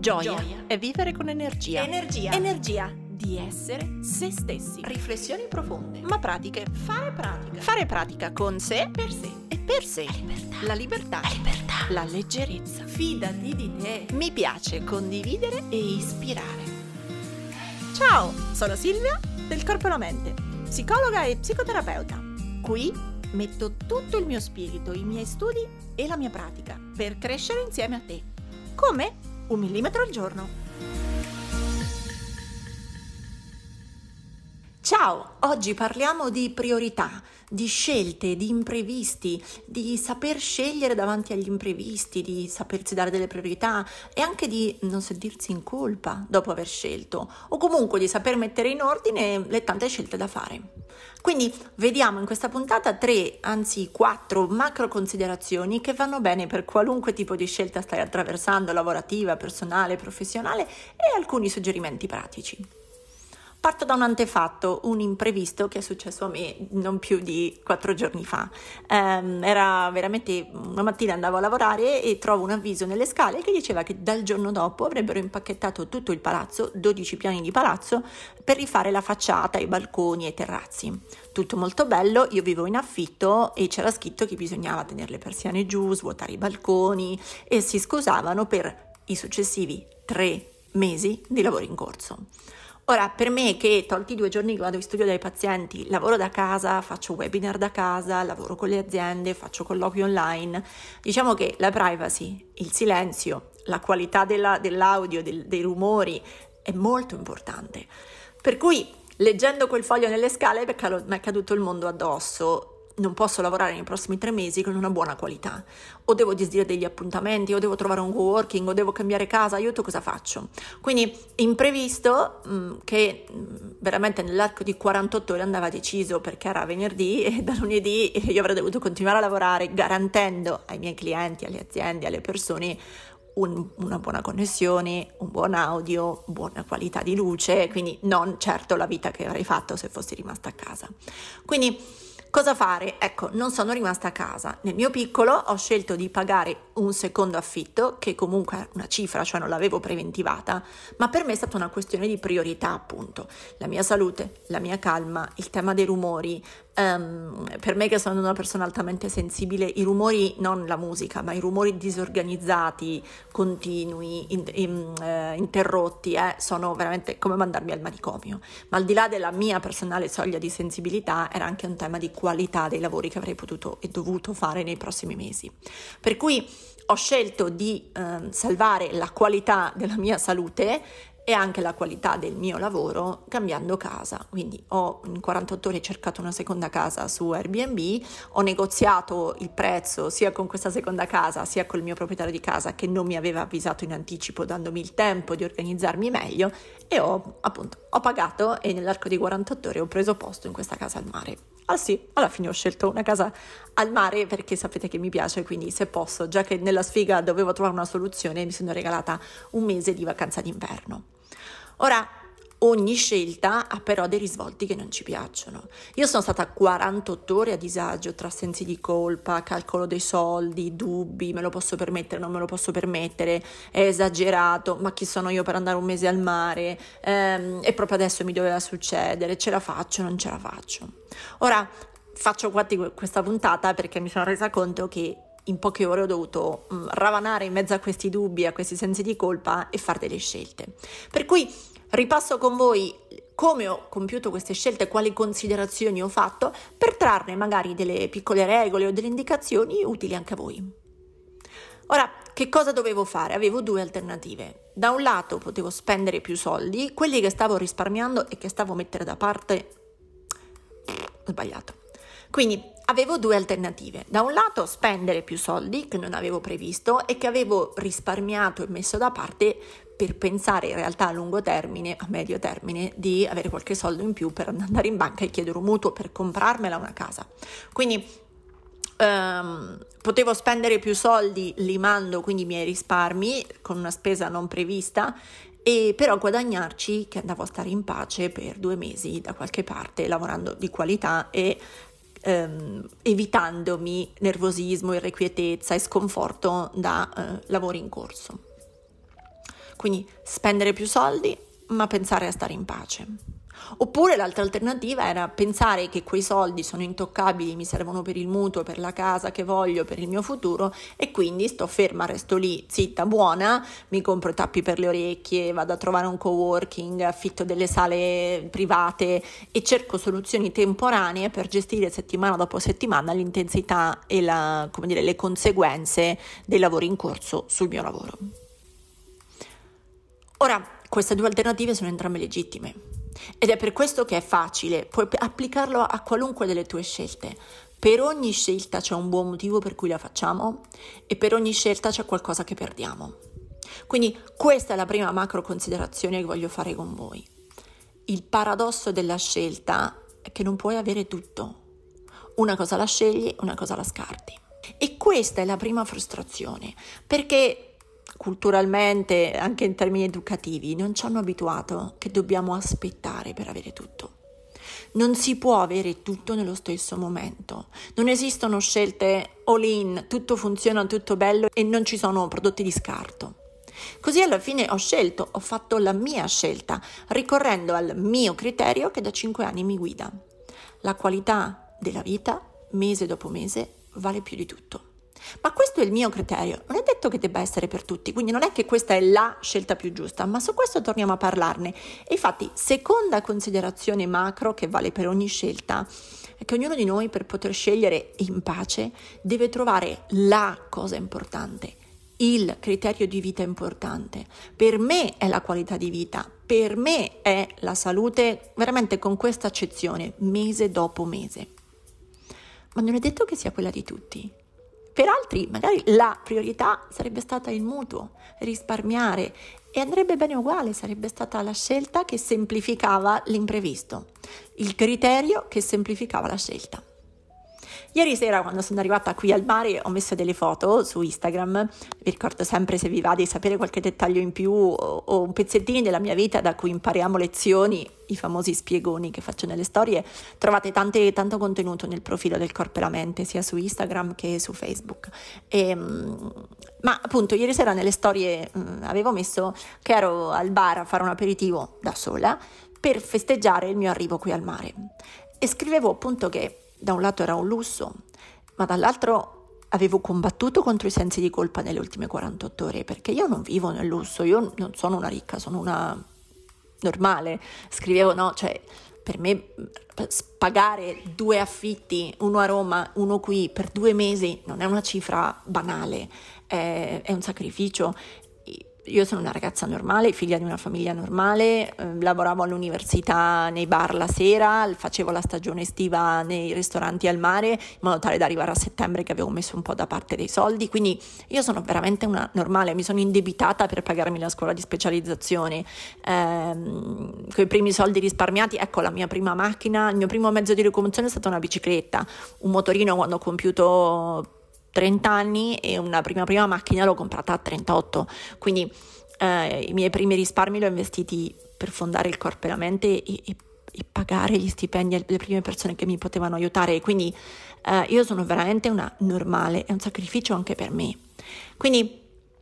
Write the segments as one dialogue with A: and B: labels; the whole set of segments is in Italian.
A: Gioia è vivere con energia.
B: Energia di essere se stessi.
A: Riflessioni profonde,
B: ma pratiche.
A: Fare pratica con sé,
B: Per sé.
A: e per sé.
B: La libertà.
A: La leggerezza.
B: Fidati di te.
A: Mi piace condividere e ispirare.
B: Ciao, sono Silvia del Corpo e la Mente, psicologa e psicoterapeuta. Qui metto tutto il mio spirito, i miei studi e la mia pratica per crescere insieme a te. Come? 1 millimetro al giorno.
A: Ciao, oggi parliamo di priorità, di scelte, di imprevisti, di saper scegliere davanti agli imprevisti, di sapersi dare delle priorità e anche di non sentirsi in colpa dopo aver scelto, o comunque di saper mettere in ordine le tante scelte da fare. Quindi vediamo in questa puntata 3, anzi 4 macro considerazioni che vanno bene per qualunque tipo di scelta stai attraversando, lavorativa, personale, professionale, e alcuni suggerimenti pratici. Parto da un antefatto, un imprevisto che è successo a me non più di 4 giorni fa. Era veramente una mattina, andavo a lavorare e trovo un avviso nelle scale che diceva che dal giorno dopo avrebbero impacchettato tutto il palazzo, 12 piani di palazzo, per rifare la facciata, i balconi e i terrazzi. Tutto molto bello, io vivo in affitto e c'era scritto che bisognava tenere le persiane giù, svuotare i balconi e si scusavano per i successivi 3 mesi di lavoro in corso. Ora, per me che tolti 2 giorni che vado in studio dai pazienti, lavoro da casa, faccio webinar da casa, lavoro con le aziende, faccio colloqui online, diciamo che la privacy, il silenzio, la qualità dell'audio, dei rumori è molto importante. Per cui, leggendo quel foglio nelle scale, mi è caduto il mondo addosso. Non posso lavorare nei prossimi 3 mesi con una buona qualità, o devo disdire degli appuntamenti, o devo trovare un coworking, o devo cambiare casa, aiuto, cosa faccio? Quindi imprevisto che veramente nell'arco di 48 ore andava deciso, perché era venerdì e da lunedì io avrei dovuto continuare a lavorare garantendo ai miei clienti, alle aziende, alle persone una buona connessione, un buon audio, buona qualità di luce, quindi non certo la vita che avrei fatto se fossi rimasta a casa. Quindi cosa fare? Ecco, non sono rimasta a casa. Nel mio piccolo ho scelto di pagare un secondo affitto, che comunque è una cifra, cioè non l'avevo preventivata, ma per me è stata una questione di priorità, appunto. La mia salute, la mia calma, il tema dei rumori. Per me che sono una persona altamente sensibile, i rumori, non la musica, ma i rumori disorganizzati, continui, interrotti, sono veramente come mandarmi al manicomio. Ma al di là della mia personale soglia di sensibilità, era anche un tema di qualità dei lavori che avrei potuto e dovuto fare nei prossimi mesi. Per cui ho scelto di salvare la qualità della mia salute e anche la qualità del mio lavoro cambiando casa. Quindi ho in 48 ore cercato una seconda casa su Airbnb, ho negoziato il prezzo sia con questa seconda casa sia col mio proprietario di casa, che non mi aveva avvisato in anticipo, dandomi il tempo di organizzarmi meglio, e ho pagato, e nell'arco di 48 ore ho preso posto in questa casa al mare. Ah sì, alla fine ho scelto una casa al mare perché sapete che mi piace, quindi se posso, già che nella sfiga dovevo trovare una soluzione, mi sono regalata 1 mese di vacanza d'inverno. Ora, ogni scelta ha però dei risvolti che non ci piacciono. Io sono stata 48 ore a disagio tra sensi di colpa, calcolo dei soldi, dubbi, me lo posso permettere, non me lo posso permettere, è esagerato, ma chi sono io per andare 1 mese al mare, e proprio adesso mi doveva succedere, ce la faccio, non ce la faccio. Ora faccio questa puntata perché mi sono resa conto che in poche ore ho dovuto ravanare in mezzo a questi dubbi, a questi sensi di colpa e fare delle scelte. Per cui ripasso con voi come ho compiuto queste scelte, quali considerazioni ho fatto, per trarne magari delle piccole regole o delle indicazioni utili anche a voi. Ora, che cosa dovevo fare? Avevo 2 alternative. Da un lato potevo spendere più soldi, quelli che stavo risparmiando e che stavo mettendo da parte, ho sbagliato. Quindi avevo 2 alternative. Da un lato spendere più soldi che non avevo previsto e che avevo risparmiato e messo da parte per pensare in realtà a lungo termine, a medio termine, di avere qualche soldo in più per andare in banca e chiedere un mutuo per comprarmela una casa. Quindi potevo spendere più soldi limando quindi i miei risparmi con una spesa non prevista, e però guadagnarci che andavo a stare in pace per 2 mesi da qualche parte, lavorando di qualità e evitandomi nervosismo, irrequietezza e sconforto da lavori in corso. Quindi spendere più soldi, ma pensare a stare in pace. Oppure l'altra alternativa era pensare che quei soldi sono intoccabili, mi servono per il mutuo, per la casa che voglio, per il mio futuro, e quindi sto ferma, resto lì, zitta, buona, mi compro i tappi per le orecchie, vado a trovare un coworking, affitto delle sale private e cerco soluzioni temporanee per gestire settimana dopo settimana l'intensità e le conseguenze dei lavori in corso sul mio lavoro. Ora, queste due alternative sono entrambe legittime. Ed è per questo che è facile, puoi applicarlo a qualunque delle tue scelte. Per ogni scelta c'è un buon motivo per cui la facciamo e per ogni scelta c'è qualcosa che perdiamo. Quindi questa è la prima macro considerazione che voglio fare con voi. Il paradosso della scelta è che non puoi avere tutto. Una cosa la scegli, una cosa la scarti. E questa è la prima frustrazione, perché culturalmente, anche in termini educativi, non ci hanno abituato che dobbiamo aspettare per avere tutto. Non si può avere tutto nello stesso momento. Non esistono scelte all in, tutto funziona, tutto bello e non ci sono prodotti di scarto. Così alla fine ho fatto la mia scelta, ricorrendo al mio criterio che da 5 anni mi guida. La qualità della vita, mese dopo mese, vale più di tutto. Ma questo è il mio criterio, non è detto che debba essere per tutti, quindi non è che questa è la scelta più giusta, ma su questo torniamo a parlarne. E infatti, seconda considerazione macro che vale per ogni scelta è che ognuno di noi, per poter scegliere in pace, deve trovare la cosa importante, il criterio di vita importante. Per me è la qualità di vita, per me è la salute, veramente con questa accezione, mese dopo mese. Ma non è detto che sia quella di tutti. Per altri magari la priorità sarebbe stata il mutuo, risparmiare, e andrebbe bene uguale, sarebbe stata la scelta che semplificava l'imprevisto, il criterio che semplificava la scelta. Ieri sera, quando sono arrivata qui al mare, ho messo delle foto su Instagram. Vi ricordo sempre, se vi va di sapere qualche dettaglio in più o un pezzettino della mia vita da cui impariamo lezioni, i famosi spiegoni che faccio nelle storie, trovate tanto contenuto nel profilo del Corpo e la Mente, sia su Instagram che su Facebook. Ma appunto ieri sera nelle storie avevo messo che ero al bar a fare un aperitivo da sola per festeggiare il mio arrivo qui al mare, e scrivevo appunto che da un lato era un lusso, ma dall'altro avevo combattuto contro i sensi di colpa nelle ultime 48 ore, perché io non vivo nel lusso, io non sono una ricca, sono una normale. Scrivevo, no, cioè per me pagare 2 affitti, uno a Roma, uno qui, per 2 mesi non è una cifra banale, è un sacrificio. Io sono una ragazza normale, figlia di una famiglia normale, lavoravo all'università nei bar la sera, facevo la stagione estiva nei ristoranti al mare, in modo tale da arrivare a settembre che avevo messo un po' da parte dei soldi. Quindi io sono veramente una normale, mi sono indebitata per pagarmi la scuola di specializzazione, con i primi soldi risparmiati. Ecco, la mia prima macchina, il mio primo mezzo di locomozione è stata una bicicletta, un motorino quando ho compiuto 30 anni, e una prima macchina l'ho comprata a 38, quindi i miei primi risparmi li ho investiti per fondare il Corpo e la Mente e pagare gli stipendi alle prime persone che mi potevano aiutare. Quindi io sono veramente una normale, è un sacrificio anche per me. Quindi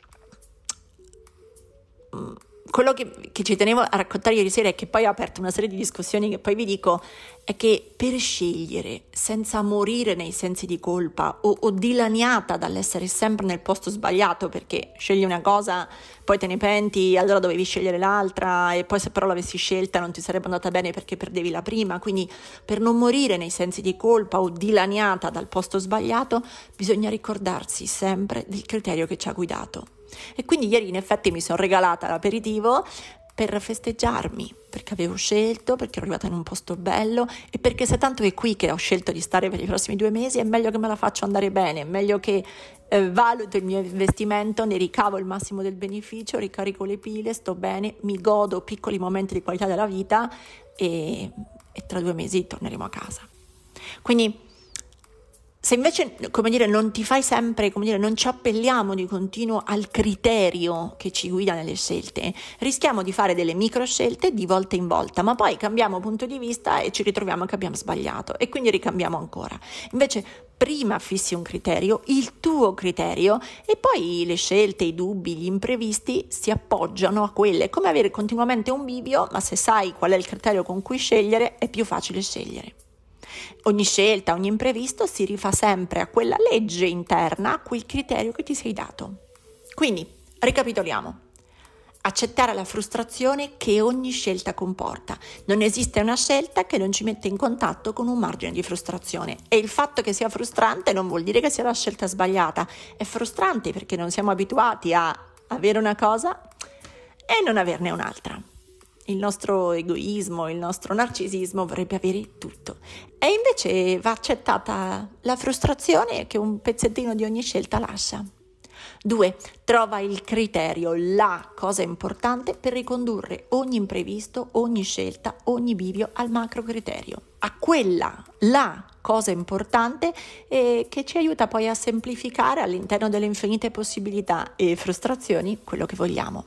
A: quello che ci tenevo a raccontare ieri sera, e che poi ho aperto una serie di discussioni che poi vi dico, è che per scegliere senza morire nei sensi di colpa o dilaniata dall'essere sempre nel posto sbagliato, perché scegli una cosa, poi te ne penti, allora dovevi scegliere l'altra, e poi se però l'avessi scelta non ti sarebbe andata bene perché perdevi la prima. Quindi per non morire nei sensi di colpa o dilaniata dal posto sbagliato, bisogna ricordarsi sempre del criterio che ci ha guidato. E quindi ieri in effetti mi sono regalata l'aperitivo per festeggiarmi, perché avevo scelto, perché ero arrivata in un posto bello, e perché se tanto è qui che ho scelto di stare per i prossimi 2 mesi, è meglio che me la faccio andare bene, è meglio che valuto il mio investimento, ne ricavo il massimo del beneficio, ricarico le pile, sto bene, mi godo piccoli momenti di qualità della vita e tra 2 mesi torneremo a casa. Quindi Se invece, non ti fai sempre, non ci appelliamo di continuo al criterio che ci guida nelle scelte, rischiamo di fare delle micro scelte di volta in volta, ma poi cambiamo punto di vista e ci ritroviamo che abbiamo sbagliato e quindi ricambiamo ancora. Invece prima fissi un criterio, il tuo criterio, e poi le scelte, i dubbi, gli imprevisti si appoggiano a quelle. È come avere continuamente un bivio, ma se sai qual è il criterio con cui scegliere, è più facile scegliere. Ogni scelta, ogni imprevisto si rifà sempre a quella legge interna, a quel criterio che ti sei dato. Quindi, ricapitoliamo. Accettare la frustrazione che ogni scelta comporta. Non esiste una scelta che non ci mette in contatto con un margine di frustrazione, e il fatto che sia frustrante non vuol dire che sia la scelta sbagliata. È frustrante perché non siamo abituati a avere una cosa e non averne un'altra. Il nostro egoismo, il nostro narcisismo vorrebbe avere tutto, e invece va accettata la frustrazione che un pezzettino di ogni scelta lascia. 2. Trova il criterio, la cosa importante per ricondurre ogni imprevisto, ogni scelta, ogni bivio al macro criterio, a quella, la cosa importante che ci aiuta poi a semplificare all'interno delle infinite possibilità e frustrazioni quello che vogliamo.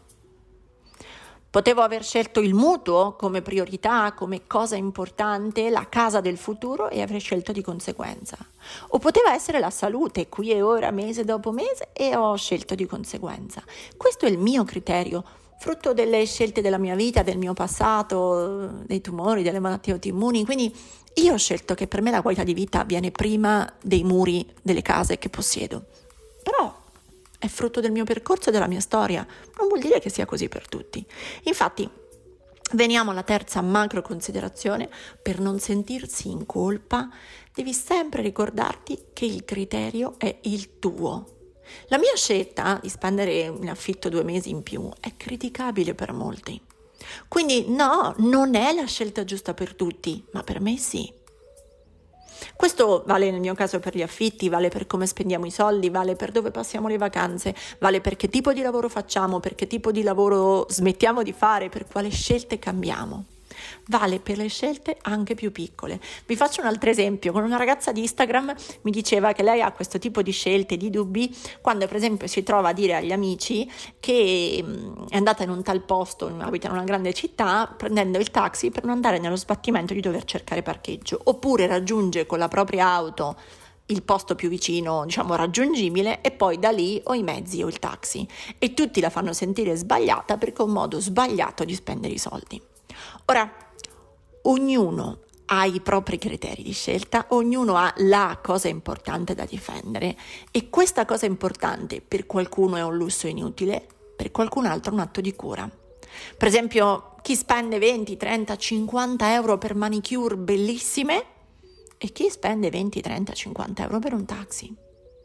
A: Potevo aver scelto il mutuo come priorità, come cosa importante, la casa del futuro, e avrei scelto di conseguenza. O poteva essere la salute, qui e ora, mese dopo mese, e ho scelto di conseguenza. Questo è il mio criterio, frutto delle scelte della mia vita, del mio passato, dei tumori, delle malattie autoimmuni. Quindi io ho scelto che per me la qualità di vita viene prima dei muri delle case che possiedo. Però è frutto del mio percorso e della mia storia, non vuol dire che sia così per tutti. Infatti, veniamo alla terza macro considerazione: per non sentirsi in colpa, devi sempre ricordarti che il criterio è il tuo. La mia scelta di spendere in affitto 2 mesi in più è criticabile per molti. Quindi no, non è la scelta giusta per tutti, ma per me sì. Questo vale nel mio caso per gli affitti, vale per come spendiamo i soldi, vale per dove passiamo le vacanze, vale per che tipo di lavoro facciamo, per che tipo di lavoro smettiamo di fare, per quale scelte cambiamo. Vale per le scelte anche più piccole. Vi faccio un altro esempio. Con una ragazza di Instagram mi diceva che lei ha questo tipo di scelte, di dubbi, quando per esempio si trova a dire agli amici che è andata in un tal posto, abita in una grande città, prendendo il taxi per non andare nello sbattimento di dover cercare parcheggio, oppure raggiunge con la propria auto il posto più vicino, raggiungibile, e poi da lì o i mezzi o il taxi, e tutti la fanno sentire sbagliata perché è un modo sbagliato di spendere i soldi. Ora, ognuno ha i propri criteri di scelta, ognuno ha la cosa importante da difendere, e questa cosa importante per qualcuno è un lusso inutile, per qualcun altro un atto di cura. Per esempio, chi spende 20, 30, 50 euro per manicure bellissime e chi spende 20, 30, 50 euro per un taxi.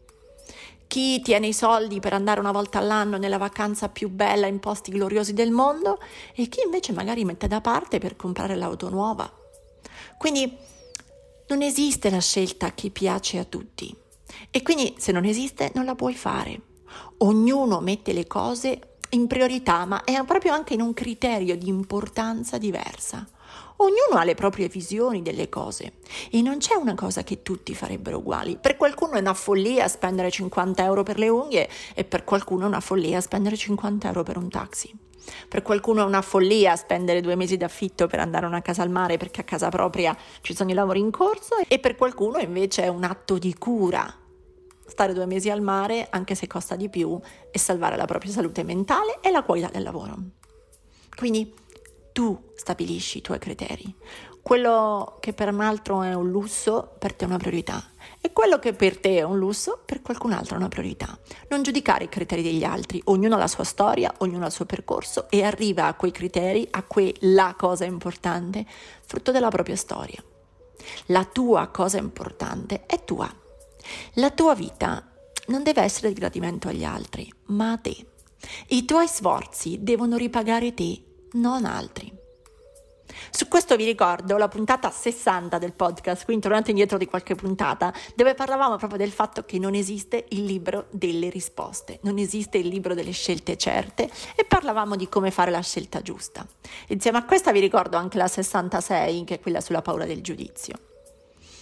A: Chi tiene i soldi per andare una volta all'anno nella vacanza più bella in posti gloriosi del mondo e chi invece magari mette da parte per comprare l'auto nuova. Quindi non esiste la scelta che piace a tutti, e quindi se non esiste non la puoi fare. Ognuno mette le cose in priorità, ma è proprio anche in un criterio di importanza diversa. Ognuno ha le proprie visioni delle cose e non c'è una cosa che tutti farebbero uguali. Per qualcuno è una follia spendere 50 euro per le unghie e per qualcuno è una follia spendere 50 euro per un taxi. Per qualcuno è una follia spendere 2 mesi d'affitto per andare a una casa al mare perché a casa propria ci sono i lavori in corso, e per qualcuno invece è un atto di cura stare 2 mesi al mare anche se costa di più e salvare la propria salute mentale e la qualità del lavoro. Quindi tu stabilisci i tuoi criteri. Quello che per un altro è un lusso, per te è una priorità. E quello che per te è un lusso, per qualcun altro è una priorità. Non giudicare i criteri degli altri. Ognuno ha la sua storia, ognuno ha il suo percorso e arriva a quei criteri, a quella cosa importante, frutto della propria storia. La tua cosa importante è tua. La tua vita non deve essere di gradimento agli altri, ma a te. I tuoi sforzi devono ripagare te, non altri. Su questo vi ricordo la puntata 60 del podcast, quindi tornate indietro di qualche puntata, dove parlavamo proprio del fatto che non esiste il libro delle risposte, non esiste il libro delle scelte certe, e parlavamo di come fare la scelta giusta. Insieme a questa vi ricordo anche la 66, che è quella sulla paura del giudizio.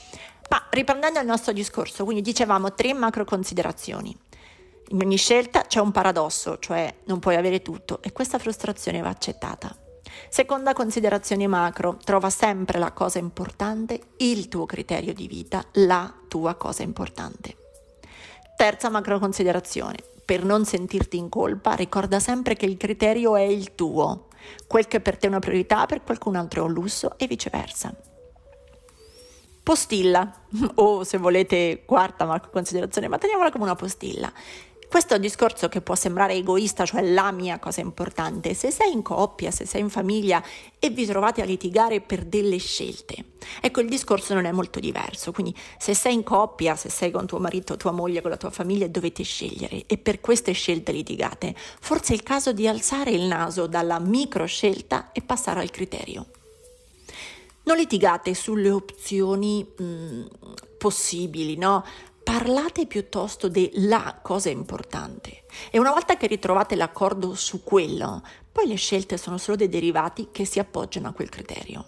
A: Ma riprendendo il nostro discorso, quindi dicevamo 3 macro considerazioni. In ogni scelta c'è un paradosso, cioè non puoi avere tutto e questa frustrazione va accettata. Seconda considerazione macro, trova sempre la cosa importante, il tuo criterio di vita, la tua cosa importante. Terza macro considerazione, per non sentirti in colpa, ricorda sempre che il criterio è il tuo. Quel che per te è una priorità, per qualcun altro è un lusso e viceversa. Postilla, o se volete quarta macro considerazione, ma teniamola come una postilla. Questo è un discorso che può sembrare egoista, cioè la mia cosa importante. Se sei in coppia, se sei in famiglia e vi trovate a litigare per delle scelte, ecco, il discorso non è molto diverso. Quindi se sei in coppia, se sei con tuo marito, tua moglie, con la tua famiglia, dovete scegliere e per queste scelte litigate, forse è il caso di alzare il naso dalla micro scelta e passare al criterio. Non litigate sulle opzioni possibili, no? Parlate piuttosto della cosa importante e una volta che ritrovate l'accordo su quello, poi le scelte sono solo dei derivati che si appoggiano a quel criterio.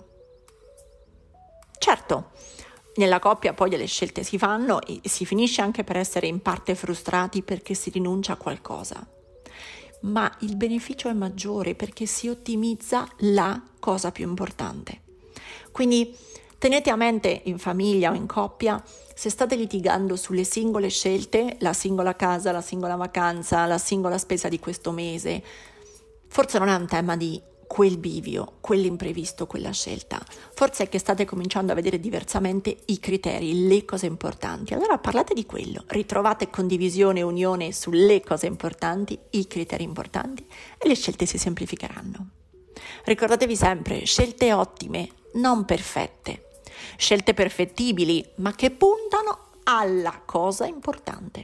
A: Certo, nella coppia poi delle scelte si fanno e si finisce anche per essere in parte frustrati perché si rinuncia a qualcosa, ma il beneficio è maggiore perché si ottimizza la cosa più importante. Quindi tenete a mente in famiglia o in coppia, se state litigando sulle singole scelte, la singola casa, la singola vacanza, la singola spesa di questo mese, forse non è un tema di quel bivio, quell'imprevisto, quella scelta. Forse è che state cominciando a vedere diversamente i criteri, le cose importanti. Allora parlate di quello, ritrovate condivisione e unione sulle cose importanti, i criteri importanti e le scelte si semplificheranno. Ricordatevi sempre, scelte ottime, non perfette. Scelte perfettibili, ma che puntano alla cosa importante.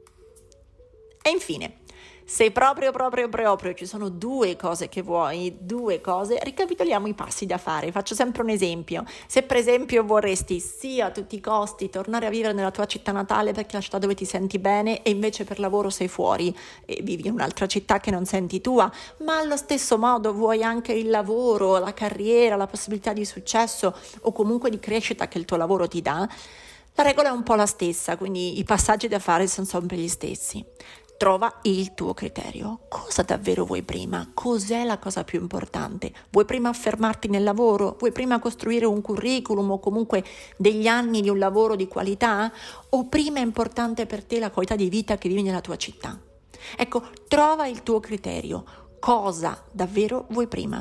A: E infine, se proprio ci sono 2 cose che vuoi, 2 cose, ricapitoliamo i passi da fare. Faccio sempre un esempio. Se per esempio vorresti sì a tutti i costi tornare a vivere nella tua città natale perché è la città dove ti senti bene e invece per lavoro sei fuori e vivi in un'altra città che non senti tua, ma allo stesso modo vuoi anche il lavoro, la carriera, la possibilità di successo o comunque di crescita che il tuo lavoro ti dà, la regola è un po' la stessa, quindi i passaggi da fare sono sempre gli stessi. Trova il tuo criterio. Cosa davvero vuoi prima? Cos'è la cosa più importante? Vuoi prima affermarti nel lavoro? Vuoi prima costruire un curriculum o comunque degli anni di un lavoro di qualità? O prima è importante per te la qualità di vita che vivi nella tua città? Ecco, trova il tuo criterio. Cosa davvero vuoi prima?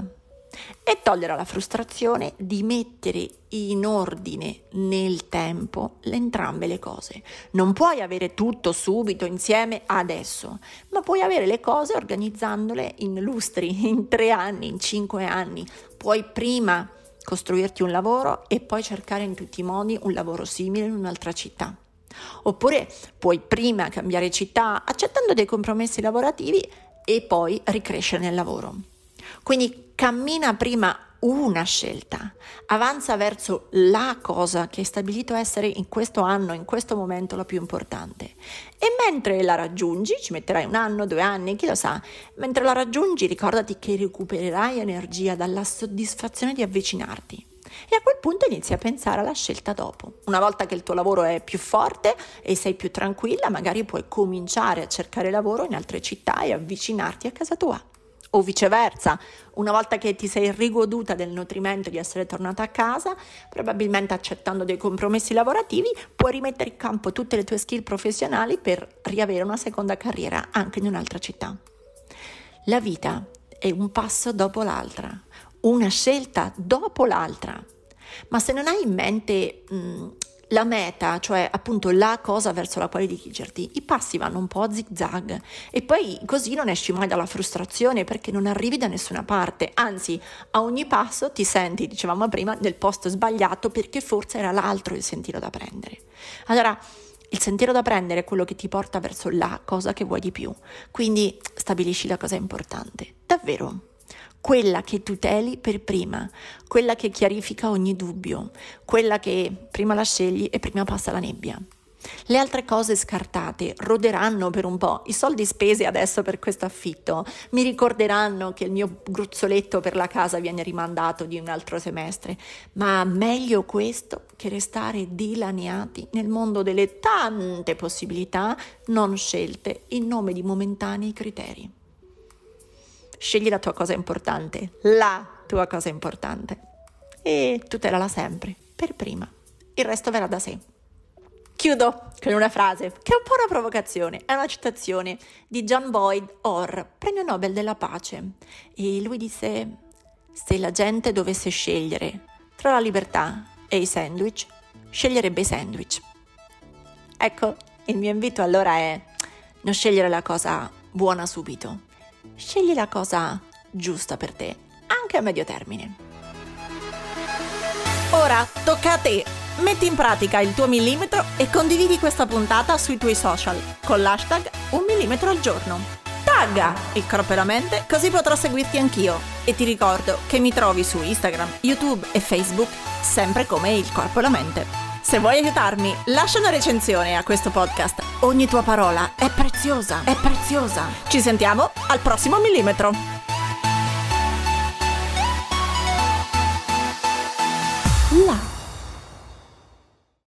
A: E togliere la frustrazione di mettere in ordine nel tempo entrambe le cose. Non puoi avere tutto subito insieme adesso, ma puoi avere le cose organizzandole in lustri, in 3 anni, in 5 anni. Puoi prima costruirti un lavoro e poi cercare in tutti i modi un lavoro simile in un'altra città. Oppure puoi prima cambiare città accettando dei compromessi lavorativi e poi ricrescere nel lavoro. Quindi cammina prima una scelta, avanza verso la cosa che hai stabilito essere in questo anno, in questo momento la più importante. E mentre la raggiungi, ci metterai 1 anno, 2 anni, chi lo sa, mentre la raggiungi ricordati che recupererai energia dalla soddisfazione di avvicinarti. E a quel punto inizi a pensare alla scelta dopo. Una volta che il tuo lavoro è più forte e sei più tranquilla, magari puoi cominciare a cercare lavoro in altre città e avvicinarti a casa tua. O viceversa, una volta che ti sei rigoduta del nutrimento di essere tornata a casa, probabilmente accettando dei compromessi lavorativi, puoi rimettere in campo tutte le tue skill professionali per riavere una seconda carriera anche in un'altra città. La vita è un passo dopo l'altra, una scelta dopo l'altra. Ma se non hai in mente la meta, cioè appunto la cosa verso la quale dirigerti, i passi vanno un po' a zig-zag e poi così non esci mai dalla frustrazione perché non arrivi da nessuna parte, anzi a ogni passo ti senti, dicevamo prima, nel posto sbagliato perché forse era l'altro il sentiero da prendere. Allora il sentiero da prendere è quello che ti porta verso la cosa che vuoi di più, quindi stabilisci la cosa importante, davvero. Quella che tuteli per prima, quella che chiarifica ogni dubbio, quella che prima la scegli e prima passa la nebbia. Le altre cose scartate roderanno per un po', i soldi spesi adesso per questo affitto mi ricorderanno che il mio gruzzoletto per la casa viene rimandato di un altro semestre, ma meglio questo che restare dilaniati nel mondo delle tante possibilità non scelte in nome di momentanei criteri. Scegli la tua cosa importante, la tua cosa importante, e tutelala sempre, per prima. Il resto verrà da sé. Chiudo con una frase che è un po' una provocazione, è una citazione di John Boyd Orr, premio Nobel della pace, e lui disse: se la gente dovesse scegliere tra la libertà e i sandwich, sceglierebbe i sandwich. Ecco, il mio invito allora è: non scegliere la cosa buona subito, scegli la cosa giusta per te, anche a medio termine.
B: Ora tocca a te. Metti in pratica il tuo millimetro e condividi questa puntata sui tuoi social con l'hashtag 1 millimetro al giorno. Tagga il Corpo e la Mente, così potrò seguirti anch'io. E ti ricordo che mi trovi su Instagram, YouTube e Facebook sempre come il Corpo e la Mente. Se vuoi aiutarmi, lascia una recensione a questo podcast. Ogni tua parola è preziosa, è preziosa. Ci sentiamo al prossimo millimetro.